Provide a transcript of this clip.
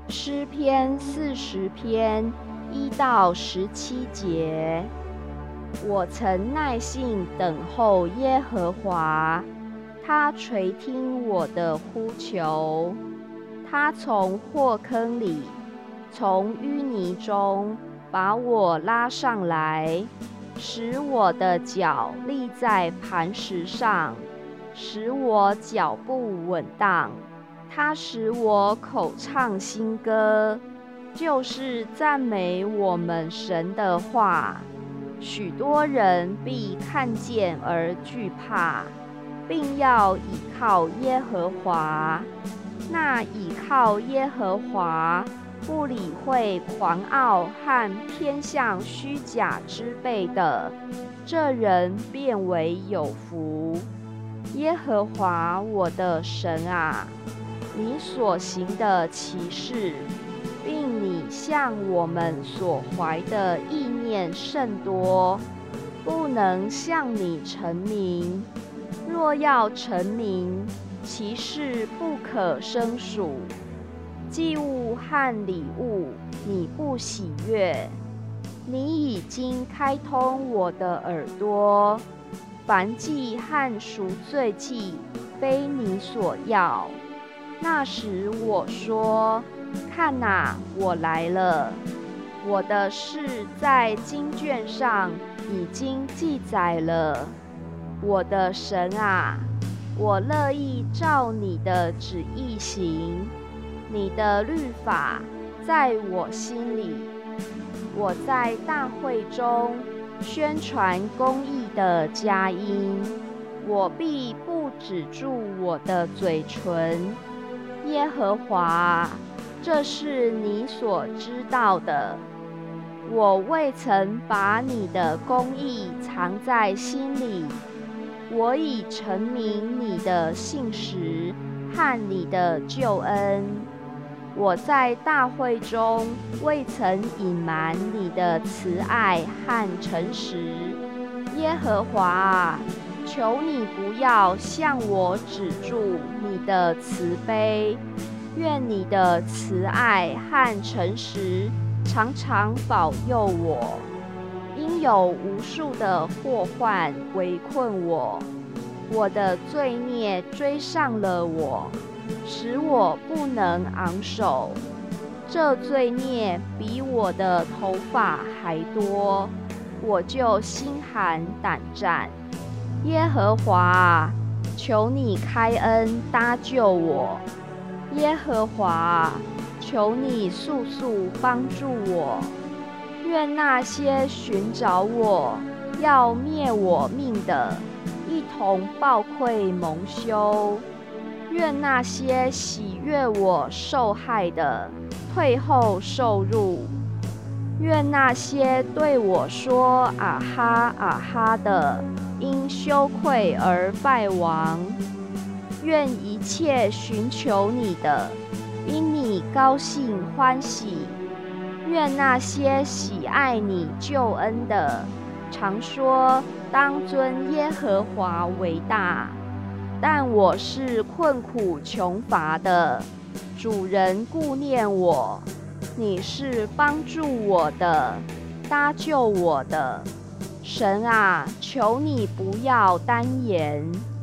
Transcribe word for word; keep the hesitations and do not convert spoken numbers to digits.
诗篇四十篇一到十七节。我曾耐心等候耶和华，他垂听我的呼求。他从祸坑里，从淤泥中把我拉上来，使我的脚立在磐石上，使我脚步稳当。他使我口唱新歌，就是赞美我们神的话。许多人必看见而惧怕，并要倚靠耶和华。那倚靠耶和华，不理会狂傲和偏向虚假之辈的，这人便为有福。耶和华我的神啊，你所行的奇事，并你向我们所怀的意念甚多，不能向你陈明。若要陈明，其事不可胜数。祭物和礼物，你不喜悦。你已经开通我的耳朵，燔祭和赎罪祭，非你所要。那时我说：看哪，我来了。我的事在经卷上已经记载了。我的神啊，我乐意照你的旨意行。你的律法在我心里。我在大会中宣传公义的佳音，我必不止住我的嘴唇。耶和华，这是你所知道的。我未曾把你的公义藏在心里。我已陈明你的信实和你的救恩。我在大会中未曾隐瞒你的慈爱和诚实。耶和华啊，求你不要向我止住你的慈悲，愿你的慈爱和诚实常常保佑我。因有无数的祸患围困我，我的罪孽追上了我，使我不能昂首。这罪孽比我的头发还多，我就心寒胆战。耶和华啊，求你开恩搭救我。耶和华啊，求你速速帮助我。愿那些寻找我要灭我命的，一同抱愧蒙羞。愿那些喜悦我受害的，退后受辱。愿那些对我说啊哈啊哈的，因羞愧而败亡。愿一切寻求你的，因你高兴欢喜。愿那些喜爱你救恩的，常说当尊耶和华为大。但我是困苦穷乏的，主人顾念我。你是帮助我的，搭救我的。神啊，求你不要单言。